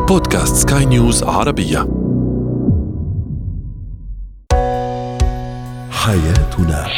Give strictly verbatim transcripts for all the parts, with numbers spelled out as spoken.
بودكاست سكاي نيوز عربية. حياتنا.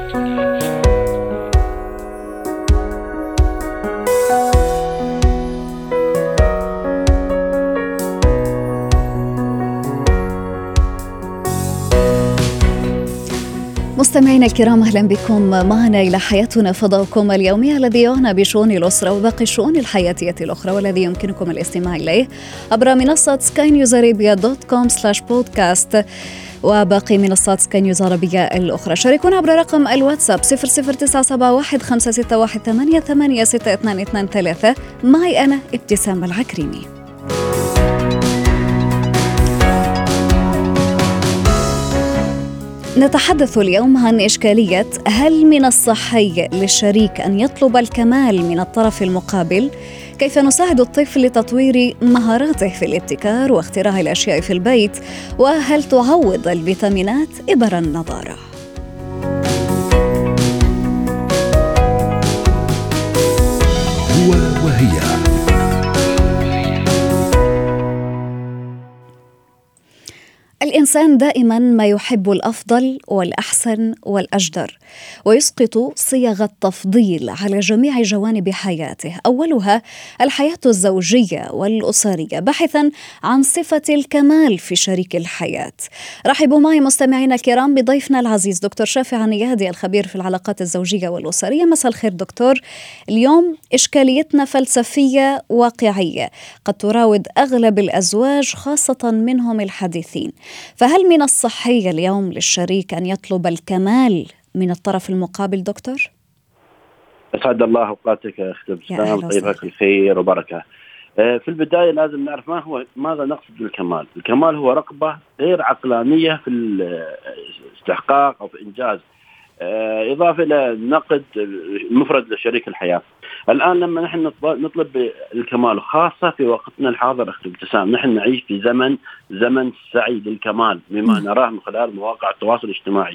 مستمعينا الكرام، أهلا بكم معنا إلى حياتنا، فضاؤكم اليومي الذي يعنى بشؤون الأسرة وباقي الشؤون الحياتية الأخرى، والذي يمكنكم الاستماع إليه عبر منصة سكاي نيوز عربية دوت كوم سلاش بودكاست وباقي منصات سكاي نيوز عربية الأخرى. شاركونا عبر رقم الواتساب صفر صفر تسعة سبعة واحد خمسة ستة واحد ثمانية ثمانية ستة اثنان اثنان ثلاثة. معي أنا ابتسام العكريمي. نتحدث اليوم عن إشكالية هل من الصحي للشريك أن يطلب الكمال من الطرف المقابل؟ كيف نساعد الطفل لتطوير مهاراته في الابتكار واختراع الأشياء في البيت؟ وهل تعوض الفيتامينات إبر النضارة؟ هو وهي. الإنسان دائما ما يحب الأفضل والأحسن والأجدر، ويسقط صيغ التفضيل على جميع جوانب حياته، أولها الحياة الزوجية والأسرية، باحثا عن صفة الكمال في شريك الحياة. رحبوا معي مستمعينا الكرام بضيفنا العزيز دكتور شافع عنيادي، الخبير في العلاقات الزوجية والأسرية. مساء الخير دكتور. اليوم إشكاليتنا فلسفية واقعية قد تراود أغلب الأزواج، خاصة منهم الحديثين. فهل من الصحي اليوم للشريك أن يطلب الكمال من الطرف المقابل دكتور؟ أسعد الله أوقاتك يا أخت ابتسام، طيبك الخير وبركة. في البداية لازم نعرف ما هو ماذا نقصد بالكمال. الكمال هو رغبة غير عقلانية في الاستحقاق أو في إنجاز، إضافة إلى نقد مفرد لشريك الحياة. الآن لما نحن نطلب الكمال، خاصة في وقتنا الحاضر أخت ابتسام، نحن نعيش في زمن زمن سعي للكمال بما نراه من خلال مواقع التواصل الاجتماعي.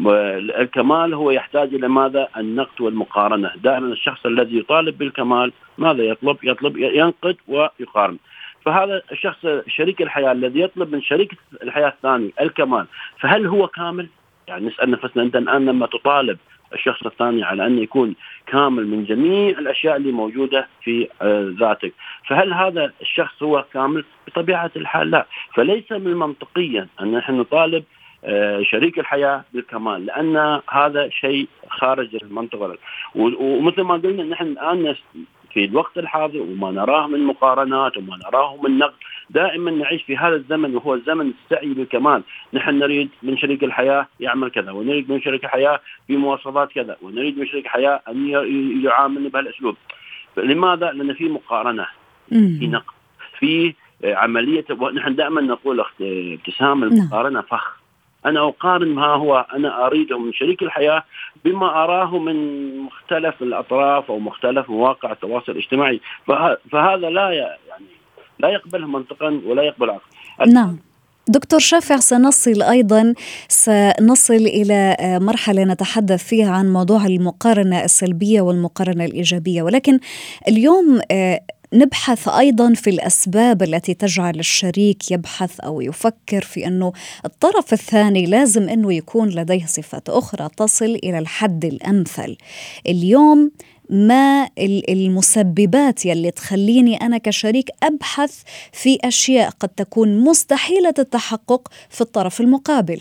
الكمال هو يحتاج إلى ماذا؟ النقد والمقارنة. دائما الشخص الذي يطالب بالكمال ماذا يطلب؟ يطلب ينقد ويقارن. فهذا الشخص شريك الحياة الذي يطلب من شريك الحياة الثاني الكمال، فهل هو كامل؟ يعني نسأل نفسنا، أنت الآن لما تطالب الشخص الثاني على أن يكون كامل من جميع الأشياء اللي موجودة في ذاتك، فهل هذا الشخص هو كامل؟ بطبيعة الحال لا. فليس من المنطقيا أن نحن نطالب شريك الحياة بالكمال، لأن هذا شيء خارج المنطقة. ومثل ما قلنا نحن الآن في الوقت الحاضر وما نراه من مقارنات وما نراه من نقد، دائما نعيش في هذا الزمن وهو زمن السعي للكمال. نحن نريد من شريك الحياة يعمل كذا، ونريد من شريك الحياة في مواصفات كذا، ونريد من شريك الحياة أن يعاملنا بهالأسلوب. لماذا؟ لأن في مقارنة، في نقد، في عملية. نحن دائما نقول أخت ابتسام، المقارنة فخ. أنا أقارن ما هو أنا أريده من شريك الحياة بما أراه من مختلف الأطراف أو مختلف مواقع التواصل الاجتماعي، فهذا لا يعني لا يقبله منطقا ولا يقبل عقل. نعم دكتور شافع، سنصل أيضا سنصل إلى مرحلة نتحدث فيها عن موضوع المقارنة السلبية والمقارنة الإيجابية، ولكن اليوم نبحث أيضا في الأسباب التي تجعل الشريك يبحث أو يفكر في أنه الطرف الثاني لازم أنه يكون لديه صفات أخرى تصل إلى الحد الأمثل. اليوم ما المسببات يلي تخليني أنا كشريك أبحث في أشياء قد تكون مستحيلة التحقق في الطرف المقابل؟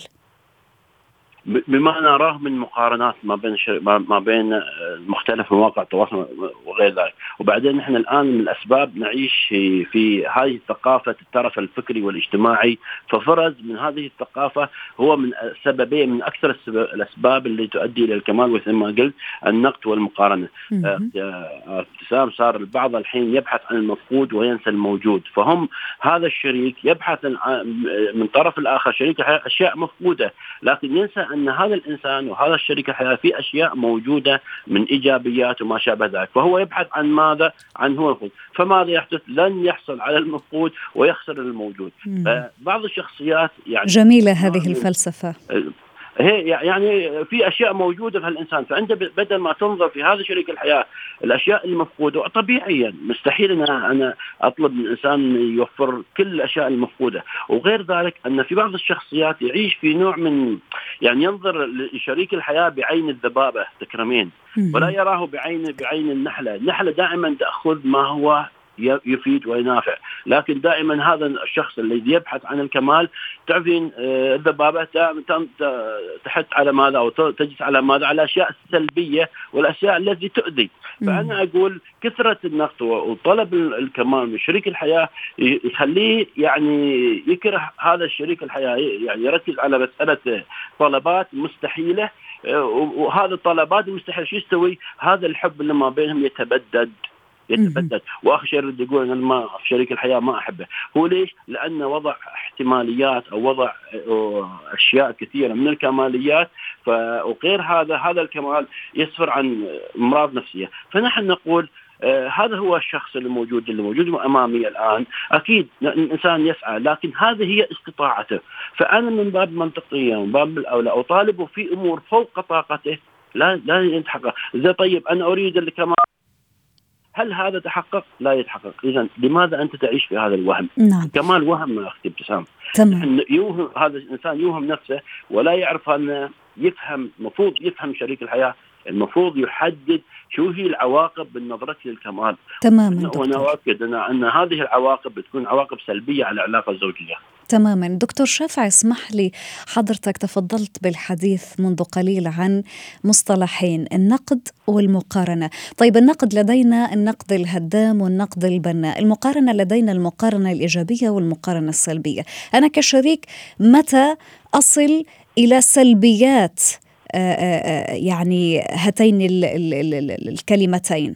بما نراه من مقارنات ما بين ما بين مختلف مواقع التواصل وغير ذلك. وبعدين نحن الآن من الأسباب نعيش في هذه ثقافة الترف الفكري والاجتماعي، ففرز من هذه الثقافة هو من سببين من أكثر الأسباب اللي تؤدي إلى الكمال، وزي ما قلت النقد والمقارنة. ابتسام، صار البعض الحين يبحث عن المفقود وينسى الموجود، فهم هذا الشريك يبحث من طرف الآخر شريك أشياء مفقودة، لكن ينسى أن هذا الإنسان وهذا الشريك الحياة في أشياء موجودة من إيجابيات وما شابه ذلك، فهو يبحث عن ماذا؟ عن هو المفقود. فماذا يحدث؟ لن يحصل على المفقود ويخسر الموجود. بعض الشخصيات يعني جميلة هذه الفلسفة. هي يعني في اشياء موجوده في الانسان، فانت بدل ما تنظر في هذا شريك الحياه الاشياء المفقوده، طبيعيا مستحيل انا انا اطلب من الانسان يوفر كل الاشياء المفقوده. وغير ذلك ان في بعض الشخصيات يعيش في نوع من يعني ينظر لشريك الحياه بعين الذبابه تكرمين، ولا يراه بعين بعين النحله. النحله دائما تاخذ ما هو يفيد وينافع، لكن دائما هذا الشخص الذي يبحث عن الكمال تعرفين الذبابة تحت على ماذا أو تجلس على ماذا؟ على أشياء سلبية والأشياء التي تؤذي. فأنا أقول كثرة النقد وطلب الكمال من شريك الحياة يخليه يعني يكره هذا الشريك الحياة، يعني يركز على مسألة طلبات مستحيلة، وهذا الطلبات المستحيلة شو يستوي؟ هذا الحب اللي ما بينهم يتبدد يتبدد. واخر شيء اريد اقول ان ما في شريك الحياه ما احبه، هو ليش؟ لانه وضع احتماليات او وضع اشياء كثيره من الكماليات، وغير هذا هذا الكمال يسفر عن امراض نفسيه. فنحن نقول آه هذا هو الشخص اللي موجود اللي موجود امامي الان، اكيد الانسان يسعى، لكن هذه هي استطاعته. فانا من باب منطقيه ومن باب الاولى اطالبه في امور فوق طاقته لا لا يتحقق. زي طيب انا اريد الكمال، هل هذا تحقق؟ لا يتحقق. إذن لماذا أنت تعيش في هذا الوهم؟ نعم. كمال وهم يا أختي ابتسام. تمام. يوهم هذا الإنسان يوهم نفسه ولا يعرف أن يفهم، مفروض يفهم شريك الحياة، المفروض يحدد شو هي العواقب بالنظرة للكمال. تماما. وأنا أؤكد أن, أن هذه العواقب بتكون عواقب سلبية على العلاقة الزوجية. تماما. دكتور شافع، اسمح لي، حضرتك تفضلت بالحديث منذ قليل عن مصطلحين، النقد والمقارنة. طيب النقد لدينا النقد الهدام والنقد البناء، المقارنة لدينا المقارنة الإيجابية والمقارنة السلبية. أنا كشريك متى أصل إلى سلبيات يعني هاتين الكلمتين؟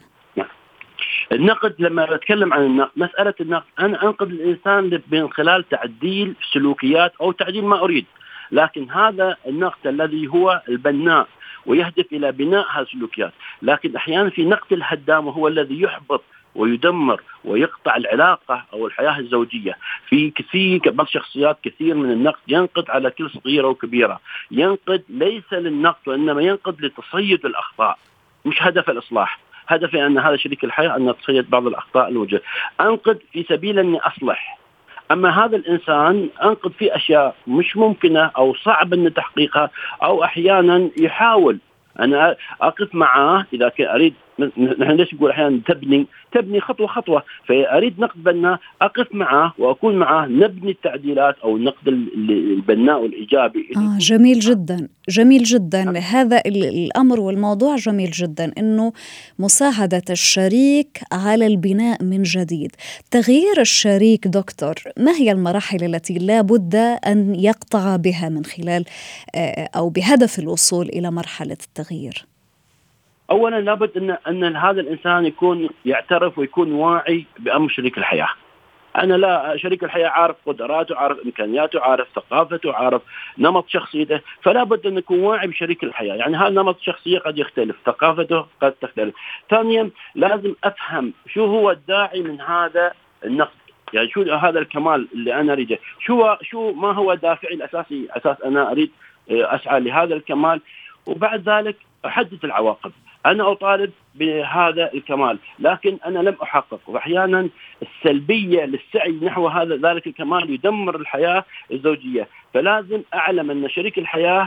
النقد، لما أتكلم عن النقد، مسألة النقد أنا أنقد الإنسان من خلال تعديل سلوكيات أو تعديل ما أريد، لكن هذا النقد الذي هو البناء ويهدف إلى بناء هذه السلوكيات. لكن أحيانا في نقد الهدام وهو الذي يحبط ويدمر ويقطع العلاقة أو الحياة الزوجية. في كثير بعض الشخصيات كثير من النقد ينقد على كل صغيرة وكبيرة، ينقد ليس للنقد وإنما ينقد لتصيد الأخطاء، مش هدف الإصلاح. هدفي أن هذا شريك الحياة أن تصيد بعض الأخطاء الوجه، أنقد في سبيل أني أصلح. أما هذا الإنسان أنقد في أشياء مش ممكنة أو صعب أن تحقيقها، أو أحيانا يحاول أنا أقف معه إذا كان أريد. نحن ليش نقول أحيانا تبني تبني خطوة خطوة، فأريد نقد بناء أقف معه وأكون معه نبني التعديلات أو النقد البناء والإيجابي. آه جميل جدا، جميل جدا. هذا الأمر والموضوع جميل جدا، إنه مساعدة الشريك على البناء من جديد. تغيير الشريك دكتور، ما هي المراحل التي لا بد أن يقطع بها من خلال أو بهدف الوصول إلى مرحلة التغيير؟ أولا لابد أن أن هذا الإنسان يكون يعترف ويكون واعي بأمر شريك الحياة. أنا لا شريك الحياة عارف قدراته، عارف إمكانياته، عارف ثقافته، عارف نمط شخصيته، فلا بد أن يكون واعي بشريك الحياة. يعني هذا نمط الشخصية قد يختلف، ثقافته قد تختلف. ثانيا لازم أفهم شو هو الداعي من هذا النقد، يعني شو هذا الكمال اللي أنا أريده، شو شو ما هو دافعي الأساسي أساس أنا أريد أسعى لهذا الكمال. وبعد ذلك أحدد العواقب. أنا أطالب بهذا الكمال لكن أنا لم أحقق، وأحيانا السلبية للسعي نحو هذا ذلك الكمال يدمر الحياة الزوجية. فلازم أعلم أن شريك الحياة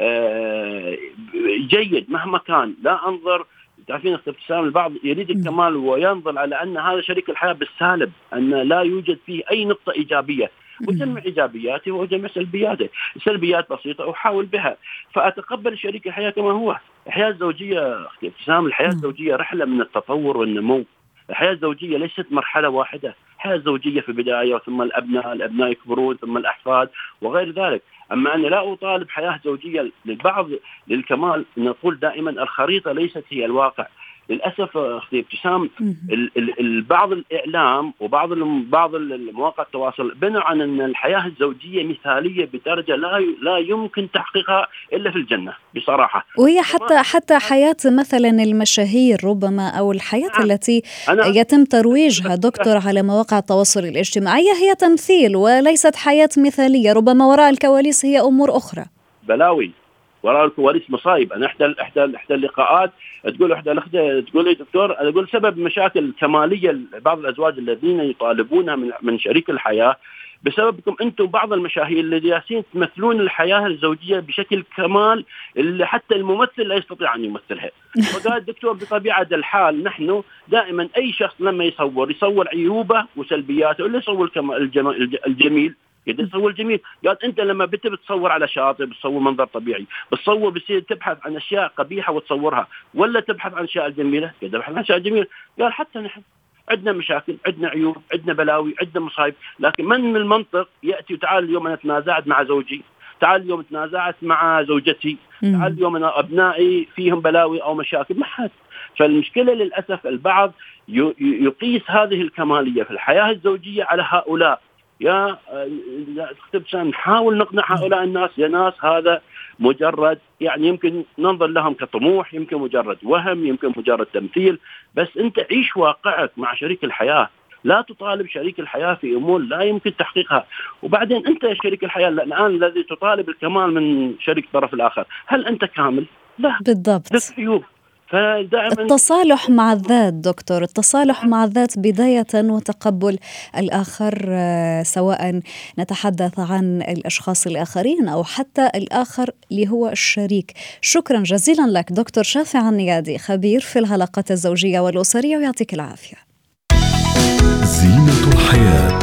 جيد مهما كان، لا أنظر. تعرفين ابتسام، البعض يريد الكمال وينظر على أن هذا شريك الحياة بالسالب، أن لا يوجد فيه أي نقطة إيجابية، وجمع إيجابياته وجمع سلبياته، سلبيات بسيطة أحاول بها. فأتقبل شريك الحياة كما هو. الحياة الزوجية أختي ابتسام، الحياة الزوجية رحلة من التطور والنمو. الحياة الزوجية ليست مرحلة واحدة، الحياة الزوجية في بداية ثم الأبناء الأبناء يكبرون ثم الأحفاد وغير ذلك. أما أنا لا أطالب حياة زوجية للبعض للكمال، نقول دائما الخريطة ليست هي الواقع. للأسف أختي ابتسام، بعض الإعلام وبعض بعض المواقع التواصل بنوا عن أن الحياة الزوجية مثالية بدرجة لا لا يمكن تحقيقها إلا في الجنة بصراحة. وهي حتى حتى حياة مثلا المشاهير ربما، أو الحياة نعم. التي يتم ترويجها دكتور على مواقع التواصل الاجتماعي هي تمثيل وليست حياة مثالية، ربما وراء الكواليس هي أمور أخرى. بلاوي وراء الكواليس مصايب. أنا إحدى إحدى إحدى اللقاءات تقول إحدى الأخوة تقول لي دكتور، أنا أقول سبب مشاكل كمالية بعض الأزواج الذين يطالبونها من من شريك الحياة بسببكم أنتم بعض المشاهير اللي جالسين تمثلون الحياة الزوجية بشكل كمال اللي حتى الممثل لا يستطيع أن يمثلها. فقال الدكتور بطبيعة الحال نحن دائما أي شخص لما يصور يصور عيوبه وسلبياته، ولا يصور الجميل يقدر يصور الجميل. قال أنت لما بتبي تصور على شاطئ بتصور منظر طبيعي، بتصور بتصير تبحث عن أشياء قبيحة وتصورها، ولا تبحث عن أشياء جميلة يقدر يبحث عن أشياء جميلة. قال حتى نحن عندنا مشاكل، عندنا عيوب، عندنا بلاوي، عندنا مصايب، لكن من من المنطق يأتي وتعال اليوم أنا تنازعت مع زوجي، تعال اليوم تنازعت مع زوجتي، تعال اليوم أنا أبنائي فيهم بلاوي أو مشاكل، ما حد. فالمشكلة للأسف البعض يقيس هذه الكمالية في الحياة الزوجية على هؤلاء. يا نحاول نقنع هؤلاء الناس يا ناس هذا مجرد يعني يمكن ننظر لهم كطموح، يمكن مجرد وهم، يمكن مجرد تمثيل، بس أنت عيش واقعك مع شريك الحياة. لا تطالب شريك الحياة في أمور لا يمكن تحقيقها. وبعدين أنت يا شريك الحياة الآن الذي تطالب الكمال من شريك الطرف الآخر، هل أنت كامل؟ لا بالضبط. لك عيوب. التصالح مع الذات دكتور، التصالح مع الذات بداية وتقبل الآخر، سواء نتحدث عن الأشخاص الآخرين أو حتى الآخر اللي هو الشريك. شكرا جزيلا لك دكتور شافع النيادي، خبير في العلاقات الزوجية والأسرية، ويعطيك العافية. زينة الحياة.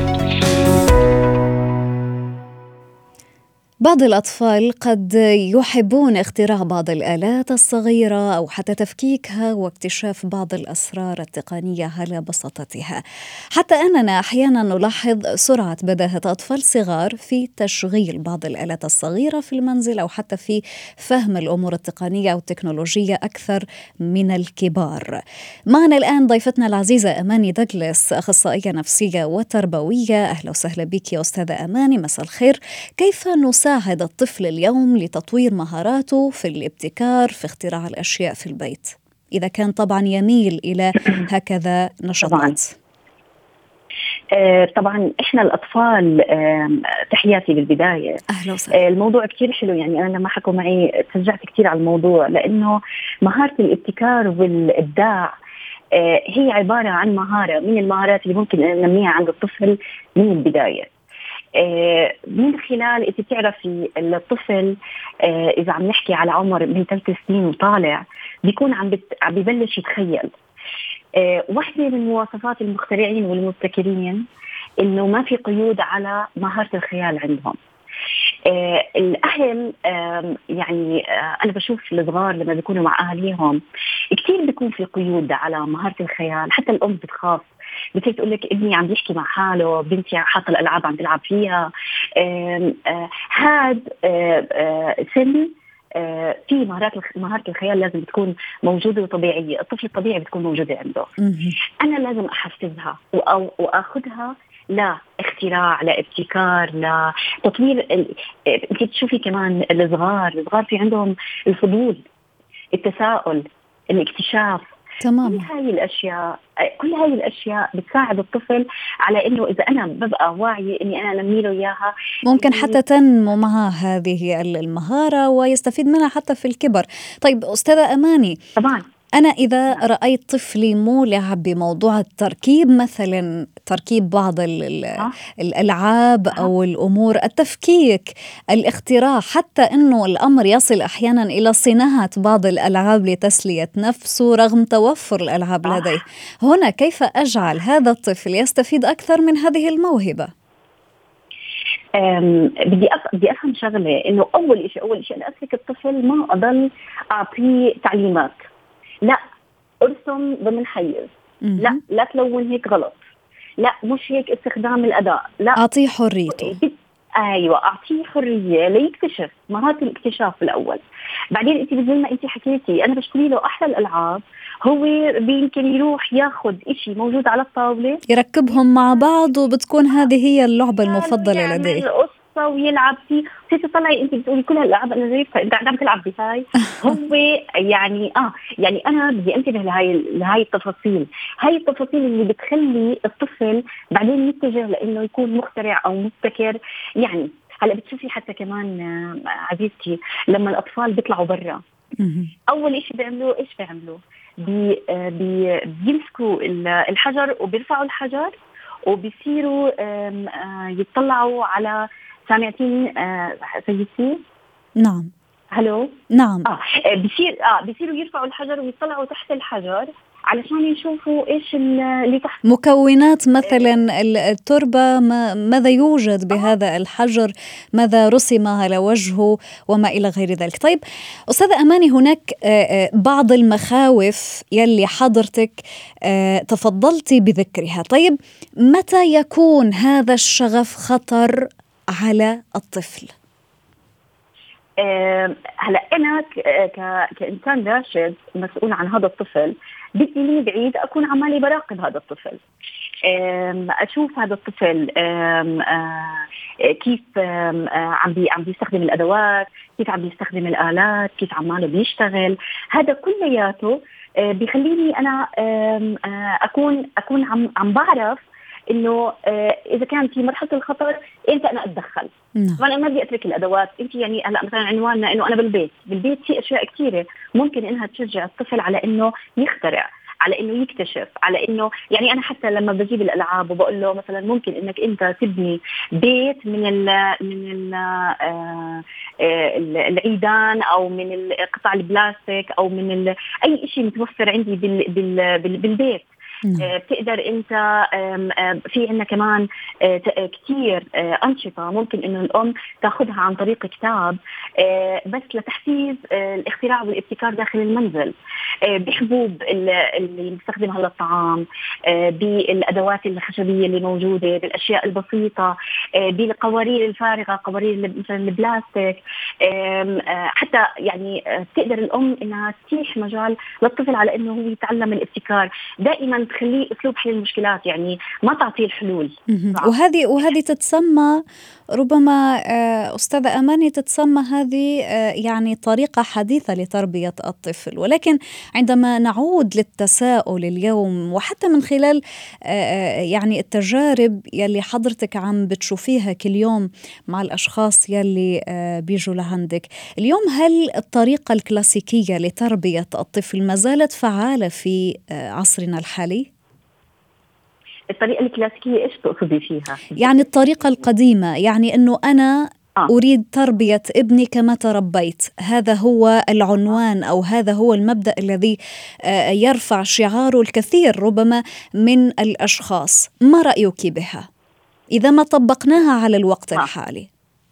بعض الأطفال قد يحبون اختراع بعض الآلات الصغيرة أو حتى تفكيكها واكتشاف بعض الأسرار التقنية على بساطتها، حتى أننا أحيانا نلاحظ سرعة بداهة أطفال صغار في تشغيل بعض الآلات الصغيرة في المنزل أو حتى في فهم الأمور التقنية أو التكنولوجية أكثر من الكبار. معنا الآن ضيفتنا العزيزة أماني دوغلاس، أخصائية نفسية وتربوية. أهلا وسهلا بك يا أستاذة أماني، مساء الخير. كيف نساعد يساعد الطفل اليوم لتطوير مهاراته في الابتكار في اختراع الأشياء في البيت، إذا كان طبعا يميل إلى هكذا نشاطات؟ طبعا. آه طبعا إحنا الأطفال آه تحياتي بالبداية. أهلا وسهلا. آه الموضوع كتير حلو، يعني أنا لما حكوا معي تشجعت كتير على الموضوع، لأنه مهارة الابتكار والإبداع آه هي عبارة عن مهارة من المهارات اللي ممكن ننميها عند الطفل من البداية. آه من خلال انت بتعرفي الطفل آه اذا عم نحكي على عمر من ثلاث سنين وطالع بيكون عم بت... عم ببلش يتخيل. آه واحدة من مواصفات المخترعين والمبتكرين انه ما في قيود على مهارة الخيال عندهم. آه الأهل آه يعني آه أنا بشوف الصغار لما بيكونوا مع أهاليهم كتير بيكون في قيود على مهارة الخيال، حتى الأم بتخاف، بتصير تقول لك ابني عم يحكي مع حاله، بنتي حاطه الالعاب عم تلعب فيها. هاد سن في مهارات مهاره الخيال لازم تكون موجوده وطبيعيه، الطفل الطبيعي بتكون موجوده عنده. انا لازم احفزها واخذها لاختراع، لابتكار، لتطوير. انت تشوفي كمان الصغار الصغار في عندهم الفضول، التساؤل، الاكتشاف. تمام. كل هاي الأشياء كل هاي الأشياء بتساعد الطفل على إنه إذا أنا ببقى واعي إني أنا أنمي له إياها ممكن حتى تنمو معه هذه المهارة ويستفيد منها حتى في الكبر. طيب أستاذة أماني، طبعا أنا إذا رأيت طفلي مولع بموضوع التركيب، مثلا تركيب بعض الألعاب أو الأمور، التفكيك، الاختراع، حتى أنه الأمر يصل أحيانا إلى صناعة بعض الألعاب لتسلية نفسه رغم توفر الألعاب لديه، هنا كيف أجعل هذا الطفل يستفيد أكثر من هذه الموهبة؟ بدي بدي أفهم شغلة، إنه أول شيء أول شيء أنا أترك الطفل ما أضل أعطيه تعليمات، لا ارسم ضمن حيز، لا لا تلون هيك غلط، لا مش هيك استخدام الأداء، لا أعطيه حريته. أيوة أعطيه حرية ليكتشف مهارة الاكتشاف الأول. بعدين أنت مثل ما أنت حكيتي أنا بشتري له أحلى الألعاب، هو يمكن يروح ياخذ إشي موجود على الطاولة يركبهم مع بعض وبتكون هذه هي اللعبة المفضلة لديه ويلعب فيه. تطلعي انت بتقولي كل هالالعاب انا زيفها، انت عم تلعب بهاي. هو يعني اه يعني انا بدي انتبه لهاي لهاي التفاصيل، هاي التفاصيل اللي بتخلي الطفل بعدين يتجه لانه يكون مخترع او مبتكر. يعني هلا بتشوفي حتى كمان آه، عزيزتي لما الاطفال بيطلعوا برا اول إشي بيعملوه ايش بيعملوا؟ بي آه، بي بيمسكوا ال- الحجر وبيرفعوا الحجر وبيصيروا آم، آه، يتطلعوا على، سامعتيني آه، سيدتي؟ نعم هلو. نعم. اه آه، بيصير اه بيصيروا يرفعوا الحجر ويطلعوا تحت الحجر علشان يشوفوا ايش ال- اللي تحت. مكونات مثلا ال- التربة، ما ماذا يوجد بهذا الحجر، ماذا رسم على وجهه وما إلى غير ذلك. طيب أستاذة أماني، هناك آه، آه، بعض المخاوف يلي حضرتك آه، تفضلتي بذكرها. طيب متى يكون هذا الشغف خطر على الطفل؟ آه، هلا انا ك- آه، ك- كانسان راشد مسؤول عن هذا الطفل، بدي من بعيد اكون عمالي براقب هذا الطفل، آم، اشوف هذا الطفل آم، آه، كيف آم، آه، عم بي عم بيستخدم الادوات، كيف عم بيستخدم الالات، كيف عماله بيشتغل. هذا كلياته آه، بيخليني انا آم، آه، اكون اكون عم عم بعرف انه آه، اذا كان في مرحله الخطر امتى انا اتدخل. نعم. طبعا انا ما بدي اترك الادوات. انت يعني هلا مثلا عنواننا انه انا بالبيت، بالبيت في اشياء كثيره ممكن انها تشجع الطفل على انه يخترع، على انه يكتشف، على انه يعني انا حتى لما بجيب الالعاب وبقول له مثلا ممكن انك انت تبني بيت من ال من ال آه، آه، العيدان او من القطع البلاستيك او من ال- اي شيء متوفر عندي بال بال بال بالبيت. نعم. آه، بتقدر انت آم، آم، في عندنا كمان آه، ت- آه، كتير آه، انشطه ممكن انه الام تاخذها عن طريق كتاب، آه، بس لتحفيز آه، الاختراع والابتكار داخل المنزل، آه، بحبوب ال- اللي بنستخدمها للطعام، آه، بالادوات الخشبيه اللي موجوده، بالاشياء البسيطه، آه، بالقوارير الفارغه، قوارير ال- مثلا البلاستيك، آم، آه، حتى يعني آه، تقدر الام انها تتيح مجال للطفل على انه هو يتعلم الابتكار. دائما تخليه اسلوب حل المشكلات، يعني ما تعطيه الحلول. مهم. وهذه وهذه تتسمى ربما آه، أستاذة أماني، تتسمى هذه آه، يعني طريقة حديثة لتربية الطفل. ولكن عندما نعود للتساؤل اليوم، وحتى من خلال آه، آه، يعني التجارب يلي حضرتك عم بتشوفيها كل يوم مع الأشخاص يلي آه، بيجوا لعندك اليوم، هل الطريقة الكلاسيكية لتربية الطفل ما زالت فعالة في آه، عصرنا الحالي؟ الطريقه الكلاسيكيه ايش تقصدي فيها؟ يعني الطريقة القديمة، يعني أنه أنا آه. أريد تربية ابني كما تربيت، هذا هو العنوان أو هذا هو المبدأ الذي آه، يرفع شعاره الكثير ربما من الأشخاص. ما رأيك بها إذا ما طبقناها على الوقت آه. الحالي؟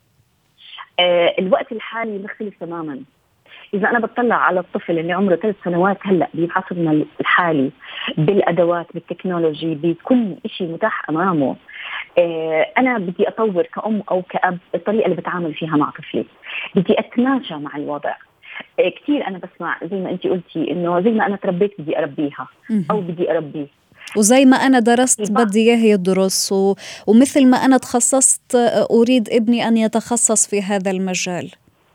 آه، الوقت الحالي مختلف تماما. إذا أنا بطلع على الطفل اللي عمره ثلاث سنوات هلأ بعصرنا الحالي، بالأدوات، بالتكنولوجي، بكل شيء متاح أمامه، آه، أنا بدي أطور كأم أو كأب الطريقة اللي بتعامل فيها مع طفلي، بدي أتماشى مع الوضع. آه، كثير أنا بسمع زي ما أنت قلتي إنه زي ما أنا تربيت بدي أربيها أو بدي أربيه، وزي ما أنا درست بدي إياه يدرس، و... ومثل ما أنا تخصصت آه، أريد ابني أن يتخصص في هذا المجال.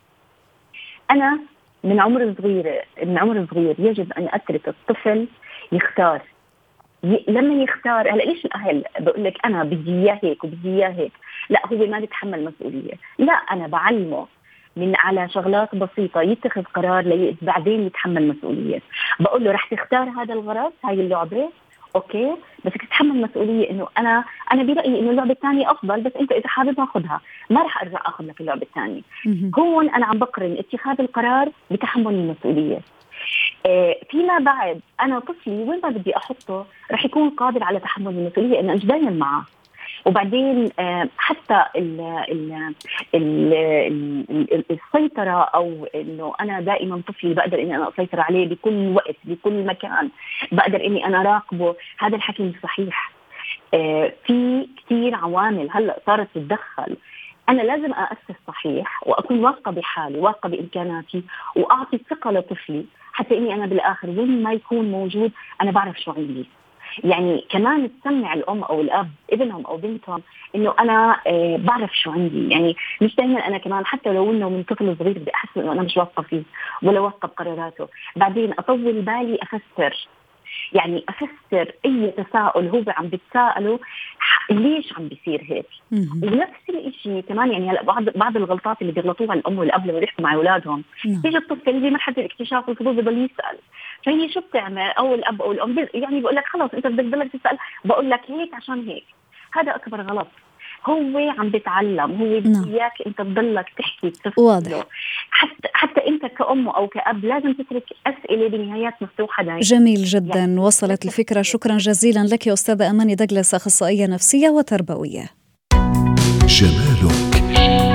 أنا من عمر صغير من عمر صغير يجب أن أترك الطفل يختار. ي... لما يختار، هلا ليش الاهل بقول لك انا بدي اياه هيك وبدي اياه هيك؟ لا، هو ما بيتحمل مسؤوليه. لا، انا بعلمه من على شغلات بسيطه يتخذ قرار لي بعدين يتحمل مسؤوليه. بقول له رح تختار هذا الغرض، هاي اللعبه، اوكي، بس تتحمل مسؤوليه انه انا انا برايي انه اللعبه الثانيه افضل، بس انت اذا حابب خذها، ما رح ارجع اخذ لك اللعبه الثانيه. هون انا عم بقرن اتخاذ القرار بتحمل المسؤوليه. آه، فيما بعد أنا طفلي وين ما بدي أحطه رح يكون قادر على تحمل المسؤولية، إنه أنا دايما معه. وبعدين آه، حتى ال ال ال ال السيطرة، أو إنه أنا دائما طفلي بقدر إني أنا أسيطر عليه بكل وقت بكل مكان، بقدر إني أنا راقبه، هذا الحكي مش صحيح. آه، في كتير عوامل هلأ صارت تتدخل. أنا لازم أأسس صحيح وأكون واثقة بحالي، واثقة بإمكاناتي، وأعطي ثقة لطفلي حتى إني أنا بالآخر وين ما يكون موجود أنا بعرف شو عندي. يعني كمان تسمع الأم أو الأب ابنهم أو بنتهم إنه أنا آه بعرف شو عندي. يعني مش دائما أنا كمان حتى لو إنه من طفل صغير بدي أحس إنه أنا مش واثقة فيه ولا واثقة بقراراته، بعدين أطول بالي أفسر يعني أفسر أي تساؤل هو عم بتساءله ليش عم بيصير هيك. ونفس الشيء كمان يعني هلا بعض بعض الغلطات اللي بيغلطوها الأم والأب لما بيحكوا مع أولادهم، يجي الطفل بمرحلة الاكتشاف والفضول بضل يسأل، فهي شو بتعمل أو الأب أو الأم يعني بقول لك خلاص أنت بدك تضلك تسأل، بقول لك هيك عشان هيك. هذا أكبر غلط. هو عم بيتعلم، هو بدياك انت تضلك تحكي تفصله. حتى حتى انت كأم او كأب لازم تترك اسئله بنهايات مفتوحه دائما. جميل جدا، يعني وصلت الفكره. شكرا جزيلا لك يا استاذه اماني دغلاس، اخصائيه نفسيه وتربويه. جمالك.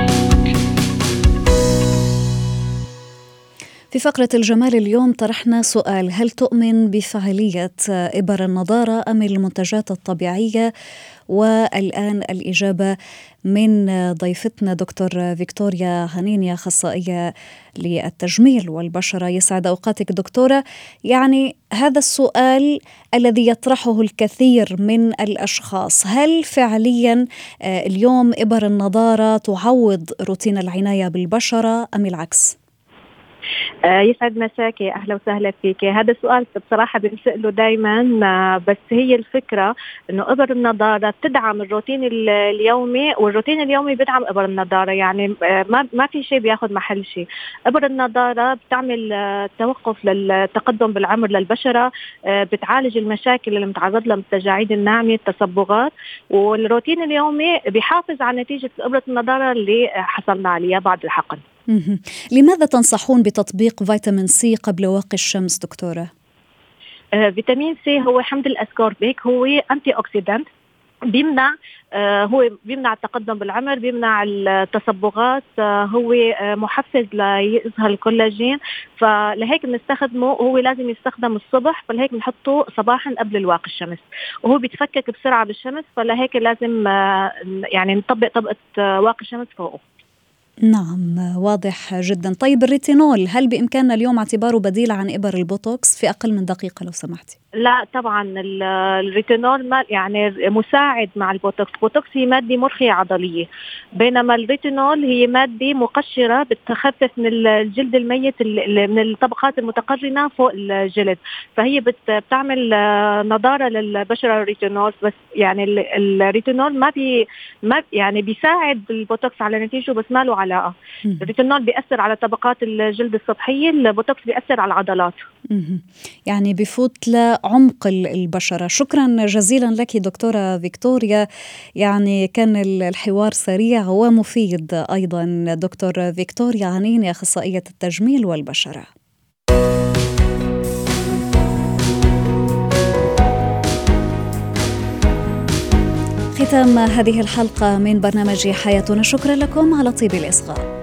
في فقرة الجمال اليوم طرحنا سؤال: هل تؤمن بفعالية إبر النضارة أم المنتجات الطبيعية؟ والآن الإجابة من ضيفتنا دكتور فيكتوريا هنيني، أخصائية للتجميل والبشرة. يسعد أوقاتك دكتورة. يعني هذا السؤال الذي يطرحه الكثير من الأشخاص، هل فعليا اليوم إبر النضارة تعوض روتين العناية بالبشرة أم العكس؟ آه يسعد مساكي، أهلا وسهلا فيك. هذا السؤال بصراحة بنسأله دايما، آه بس هي الفكرة إنه إبر النضارة بتدعم الروتين اليومي، والروتين اليومي بيدعم إبر النضارة. يعني آه ما ما في شيء بياخد محل شيء. إبر النضارة بتعمل آه توقف للتقدم بالعمر للبشرة، آه بتعالج المشاكل اللي متعرض لها من التجاعيد الناعمة، التصبغات، والروتين اليومي بيحافظ على نتيجة إبرة النضارة اللي حصلنا عليها بعد الحقن. لماذا تنصحون بتطبيق فيتامين سي قبل واقي الشمس دكتورة؟ آه، فيتامين سي هو حمض الأسكوربيك، هو أنتي أوكسيدانت، بيمنع آه هو بيمنع التقدم بالعمر، بيمنع التصبغات، آه هو آه محفز ليظهر الكولاجين، فلهيك بنستخدمه. هو لازم يستخدم الصبح، فلهيك بنحطه صباحا قبل الواقي الشمس، وهو بيتفكك بسرعة بالشمس، فلهيك لازم آه يعني نطبق طبقة آه واقي الشمس فوقه. نعم، واضح جدا. طيب الريتينول، هل بإمكاننا اليوم اعتباره بديل عن إبر البوتوكس؟ في أقل من دقيقة لو سمحتي. لا طبعا، الريتينول ما يعني مساعد مع البوتوكس. البوتوكس هي مادة مرخية عضلية، بينما الريتينول هي مادة مقشرة بتخفف من الجلد الميت من الطبقات المتقرنة فوق الجلد، فهي بتعمل نضارة للبشرة. الريتينول بس يعني الريتينول ما بي ما يعني بيساعد البوتوكس على نتيجه، بس ما له علاقة. الريتينول بيأثر على طبقات الجلد السطحية، البوتوكس بيأثر على العضلات. يعني بفوت لعمق البشرة. شكرا جزيلا لك دكتورة فيكتوريا، يعني كان الحوار سريع ومفيد أيضا. دكتور فيكتوريا هنيني، أخصائية التجميل والبشرة. ختام هذه الحلقة من برنامج حياتنا. شكرا لكم على طيب الإصغاء.